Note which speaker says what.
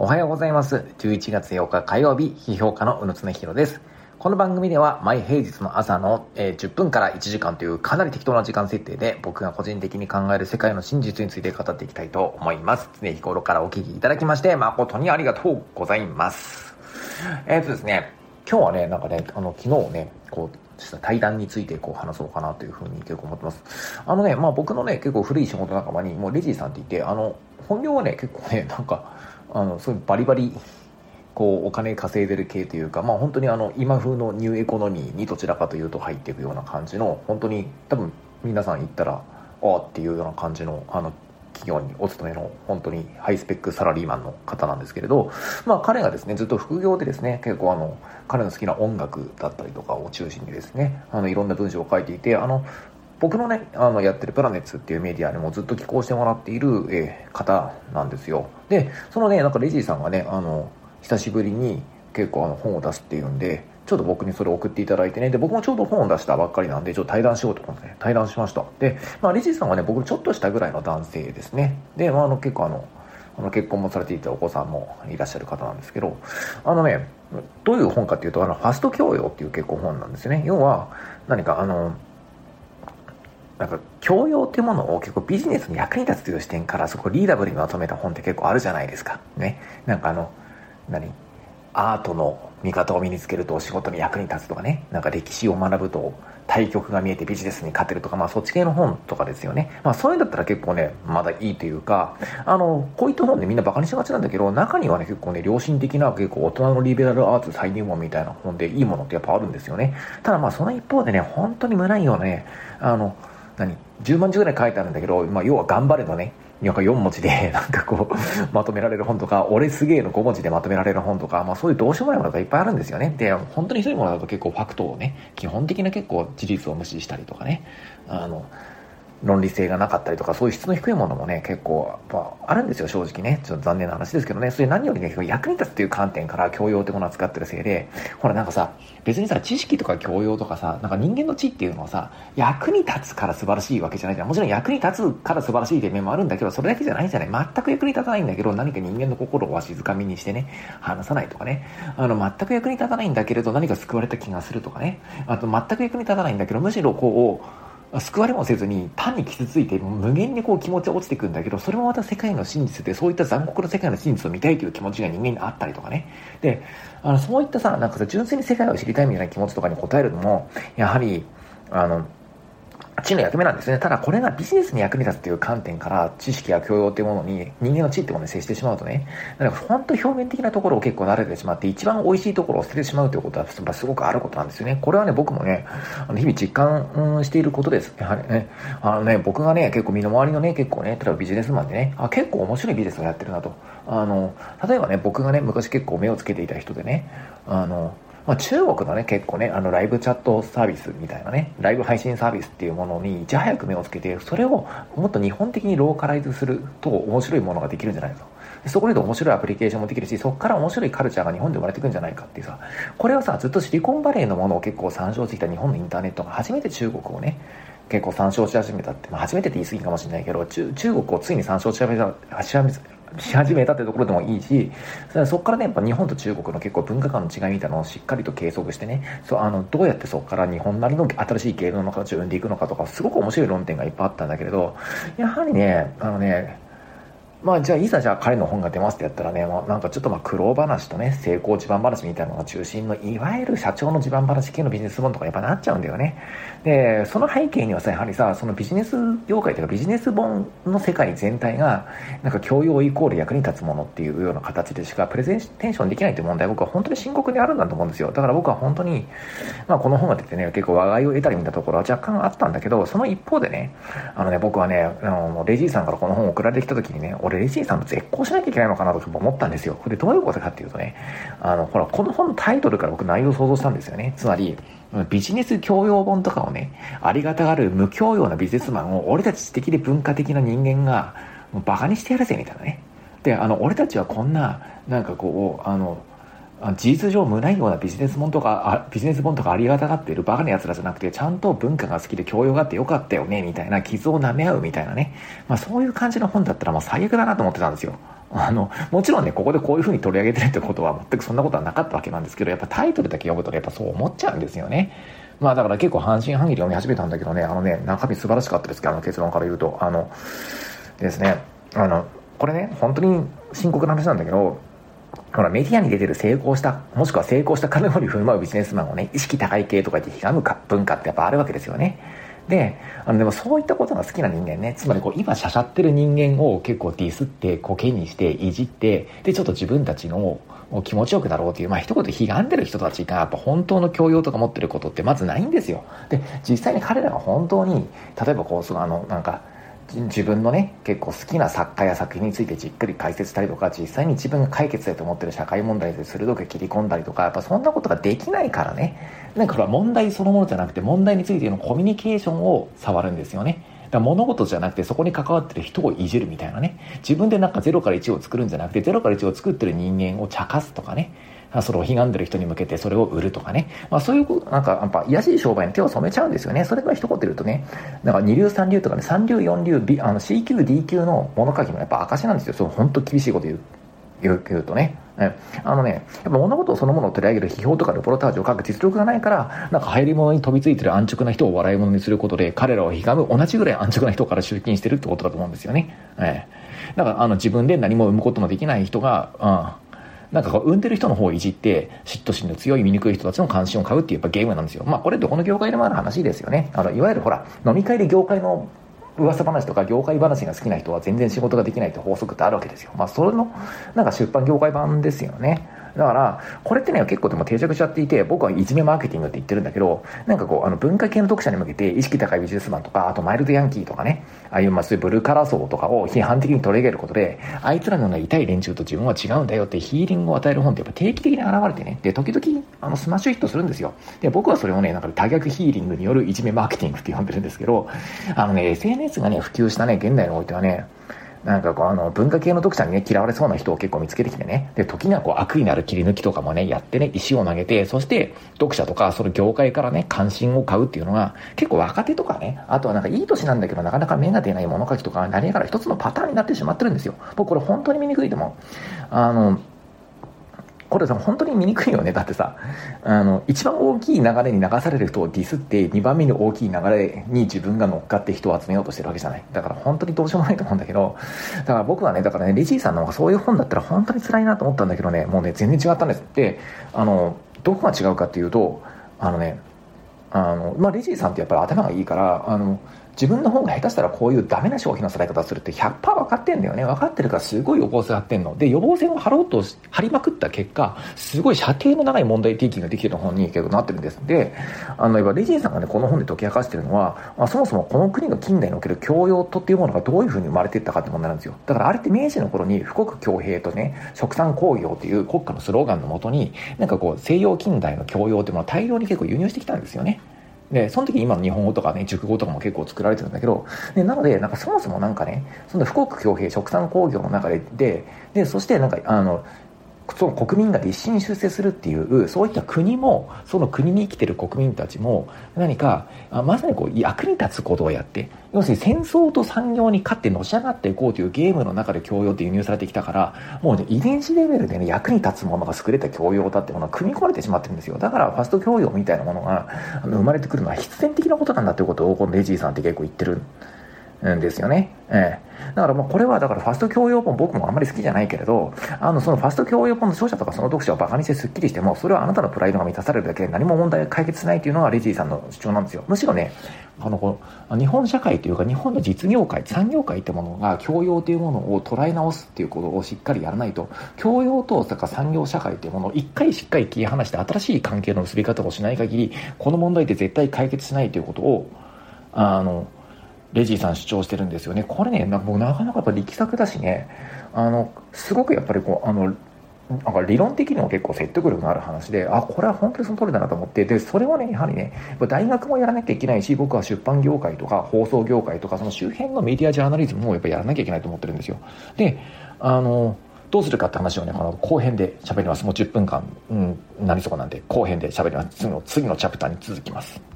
Speaker 1: おはようございます。11月8日火曜日、批評家の宇野常弘です。この番組では毎平日の朝の10分から1時間というかなり適当な時間設定で僕が個人的に考える世界の真実について語っていきたいと思います。常日頃からお聞きいただきまして誠にありがとうございます。ですね、今日はね、昨日ね、した対談について話そうかなというふうに結構思ってます。僕のね、結構古い仕事仲間にもうレジーさんって言って、本業はね、結構ね、そういうバリバリお金稼いでる系というか、本当に今風のニューエコノミーにどちらかというと入っていくような感じの、本当に多分皆さん言ったらっていうような感じの企業にお勤めの本当にハイスペックサラリーマンの方なんですけれど、彼がですねずっと副業でですね、結構彼の好きな音楽だったりとかを中心にですね、いろんな文章を書いていて、僕のねやってるプラネッツっていうメディアにもずっと寄稿してもらっている、方なんですよ。でそのねレジーさんがね久しぶりに結構本を出すっていうんで、ちょっと僕にそれを送っていただいてね、で僕もちょうど本を出したばっかりなんでちょっと対談しようと思ってね対談しました。で、レジーさんはね僕のちょっとしたぐらいの男性ですね。で、結構結婚もされていてお子さんもいらっしゃる方なんですけど、どういう本かっていうとファスト教養っていう結構本なんですよね。要は教養っていうものを結構ビジネスに役に立つという視点からそこリーダブルにまとめた本って結構あるじゃないですかね。アートの見方を身につけると仕事に役に立つとかね、歴史を学ぶと対極が見えてビジネスに勝てるとか、そっち系の本とかですよね。そういうんだったら結構ねまだいいというか、こういった本でみんなバカにしがちなんだけど、中にはね結構ね良心的な結構大人のリベラルアーツ再入門みたいな本でいいものってやっぱあるんですよね。ただその一方でね、本当に無内容なね10万字ぐらい書いてあるんだけど、要は頑張れのね4文字でまとめられる本とか、俺すげえの5文字でまとめられる本とか、そういうどうしようもないものがいっぱいあるんですよね。で本当にそういうものだと結構ファクトをね、基本的な結構事実を無視したりとかね、論理性がなかったりとか、そういう質の低いものもね結構あるんですよ、正直ね。ちょっと残念な話ですけどね。それ何よりね役に立つっていう観点から教養ってものを使ってるせいで、ほら別に知識とか教養とか人間の知っていうのは役に立つから素晴らしいわけじゃないじゃん。もちろん役に立つから素晴らしいという面もあるんだけど、それだけじゃないじゃない。全く役に立たないんだけど、何か人間の心をわしづかみにしてね話さないとかね、全く役に立たないんだけれど何か救われた気がするとかね、あと全く役に立たないんだけどむしろ救われもせずに単に傷ついて無限に気持ちが落ちていくんだけど、それもまた世界の真実で、そういった残酷な世界の真実を見たいという気持ちが人間にあったりとかね。でそういった純粋に世界を知りたいみたいな気持ちとかに応えるのもやはり知の役目なんですね。ただこれがビジネスに役に立つという観点から知識や教養というものに、人間の知っていうものに接してしまうとね、本当表面的なところを結構慣れてしまって、一番美味しいところを捨ててしまうということはすごくあることなんですよね。これはね僕もね日々実感していることです。やはりね僕がね結構身の回りのね結構ね、例えばビジネスマンでね結構面白いビジネスをやってるなと、例えばね僕がね昔結構目をつけていた人でね、中国のね結構ねライブチャットサービスみたいなね、ライブ配信サービスっていうものにいち早く目をつけて、それをもっと日本的にローカライズすると面白いものができるんじゃないかと。そこで面白いアプリケーションもできるし、そこから面白いカルチャーが日本で生まれてくるんじゃないかっていうこれはずっとシリコンバレーのものを結構参照してきた日本のインターネットが初めて中国をね結構参照し始めたって、初めてって言い過ぎかもしれないけど、中国をついに参照し始めたってところでもいいし、そこからねやっぱ日本と中国の結構文化間の違いみたいなのをしっかりと計測してね、どうやってそこから日本なりの新しい芸能の形を生んでいくのかとか、すごく面白い論点がいっぱいあったんだけれど、やはりねじゃあ彼の本が出ますってやったらね、ちょっと苦労話とね成功自慢話みたいなのが中心の、いわゆる社長の自慢話系のビジネス本とかやっぱなっちゃうんだよね。でその背景にはやはりそのビジネス業界というかビジネス本の世界全体が教養イコール役に立つものっていうような形でしかプレゼンテーションできないという問題は僕は本当に深刻にあるんだと思うんですよ。だから僕は本当にこの本が出てね結構話題を得たり見たところは若干あったんだけど、その一方でね僕はねレジーさんからこの本を送られてきた時にね、俺レジーさんと絶交しなきゃいけないのかなと思ったんですよ。でどういうことかっていうとね、ほらこの本のタイトルから僕内容を想像したんですよね。つまりビジネス教養本とかをねありがたがる無教養なビジネスマンを俺たち知的で文化的な人間がバカにしてやるぜみたいなね。で俺たちはこんな事実上無内容なビジネス本とかありがたがっているバカな奴らじゃなくて、ちゃんと文化が好きで教養があってよかったよねみたいな、傷を舐め合うみたいなね、そういう感じの本だったらもう最悪だなと思ってたんですよ。もちろんね、ここでこういう風に取り上げてるってことは全くそんなことはなかったわけなんですけど、やっぱタイトルだけ読むとね、やっぱそう思っちゃうんですよね。だから結構半信半疑で読み始めたんだけどね、中身素晴らしかったですけど、結論から言うと、ですね、これね、本当に深刻な話なんだけど、ほら、メディアに出てる成功した、もしくは成功したかのように振る舞うビジネスマンをね、意識高い系とか言ってひがむ文化ってやっぱあるわけですよね。でもそういったことが好きな人間ね、つまり今しゃしゃってる人間を結構ディスって、コケにしていじって、でちょっと自分たちの気持ちよくなろうという、一言でひがんでる人たちがやっぱ本当の教養とか持ってることってまずないんですよ。で実際に彼らが本当に例えば自分のね結構好きな作家や作品についてじっくり解説したりとか、実際に自分が解決だと思ってる社会問題で鋭く切り込んだりとか、やっぱそんなことができないからね、問題そのものじゃなくて問題についてのコミュニケーションを触るんですよね。だから物事じゃなくてそこに関わってる人をいじるみたいなね、自分で0から1を作るんじゃなくて0から1を作ってる人間を茶化すとかね、それを悲願でる人に向けてそれを売るとかね、そういうやっぱ卑しい商売に手を染めちゃうんですよね。それが一言で言うとね、二流三流とかね、三流四流 C 級 D 級の物書きのやっぱ証なんですよ。そう本当厳しいこと言うとね。やっぱ物事そのものを取り上げる批評とかルポルタージュを書く実力がないから、流行り物に飛びついてる安直な人を笑い物にすることで彼らをひがむ同じぐらい安直な人から集金してるってことだと思うんですよね。だから自分で何も生むことのできない人が、産んでる人の方をいじって嫉妬心の強い醜い人たちの関心を買うっていうやっぱゲームなんですよ。これどこの業界でもある話ですよね。いわゆるほら飲み会で業界の噂話とか業界話が好きな人は全然仕事ができないって法則ってあるわけですよ。それの出版業界版ですよね。だからこれってね結構でも定着しちゃっていて、僕はいじめマーケティングって言ってるんだけど、文化系の読者に向けて意識高いビジネスマンとか、あとマイルドヤンキーとかね、ああいうそういうブルーカラー層とかを批判的に取り上げることで、あいつらのような痛い連中と自分は違うんだよってヒーリングを与える本ってやっぱ定期的に現れてね、で時々スマッシュヒットするんですよ。で僕はそれをね多逆ヒーリングによるいじめマーケティングって呼んでるんですけど、SNS がね普及したね現代においてはね、文化系の読者にね嫌われそうな人を結構見つけてきてね、で時には悪意のある切り抜きとかもねやってね、石を投げて、そして読者とかその業界からね関心を買うっていうのが結構若手とかね、あとはいい年なんだけどなかなか芽が出ない物書きとか何やから一つのパターンになってしまってるんですよ。僕これ本当に見にくいと思う。これさ本当に見にくいよね。だってさ一番大きい流れに流される人をディスって2番目に大きい流れに自分が乗っかって人を集めようとしてるわけじゃない。だから本当にどうしようもないと思うんだけど、だから僕はねレジーさんの方がそういう本だったら本当に辛いなと思ったんだけどね、もうね全然違ったんです。でどこが違うかっていうとレジーさんってやっぱり頭がいいから自分の方が下手したらこういうダメな商品のされ方をするって 100% 分かってんだよね。分かってるからすごい予防線張ってんので、予防線を張りまくった結果すごい射程の長い問題提起ができてる本に結構なってるんです。でレジーさんがねこの本で解き明かしてるのは、そもそもこの国の近代における教養とっていうものがどういうふうに生まれていったかって問題なんですよ。だからあれって明治の頃に富国強兵とね殖産興業という国家のスローガンのもとに西洋近代の教養っていうものを大量に結構輸入してきたんですよね。でその時今の日本語とかね熟語とかも結構作られてるんだけど、でなのでそもそもその富国強兵殖産興業の中でそしてその国民が立身出世するっていうそういった国もその国に生きてる国民たちも何かまさに役に立つことをやって、要するに戦争と産業に勝ってのし上がっていこうというゲームの中で教養って輸入されてきたから、もうね遺伝子レベルでね役に立つものが優れた教養だってものが組み込まれてしまってるんですよ。だからファスト教養みたいなものが生まれてくるのは必然的なことなんだということをこのレジーさんって結構言ってるんですよね。だからこれはファスト教養本僕もあんまり好きじゃないけれど、そのファスト教養本の著者とかその読者をバカにしてスッキリしてもそれはあなたのプライドが満たされるだけで何も問題が解決しないというのがレジーさんの主張なんですよ。むしろね日本社会というか日本の実業界産業界ってものが教養というものを捉え直すっていうことをしっかりやらないと、教養と産業社会というものを一回しっかり切り離して新しい関係の結び方をしない限りこの問題って絶対解決しないということをレジーさん主張してるんですよね。これね僕なかなかやっぱ力作だしね、すごくやっぱり理論的にも結構説得力のある話で、これは本当にその通りだなと思って、でそれをねやはりね大学もやらなきゃいけないし、僕は出版業界とか放送業界とかその周辺のメディアジャーナリズムもやっぱやらなきゃいけないと思ってるんですよ。でどうするかって話をね、この後編で喋ります。もう10分間、なりそうなんで後編で喋ります。次のチャプターに続きます。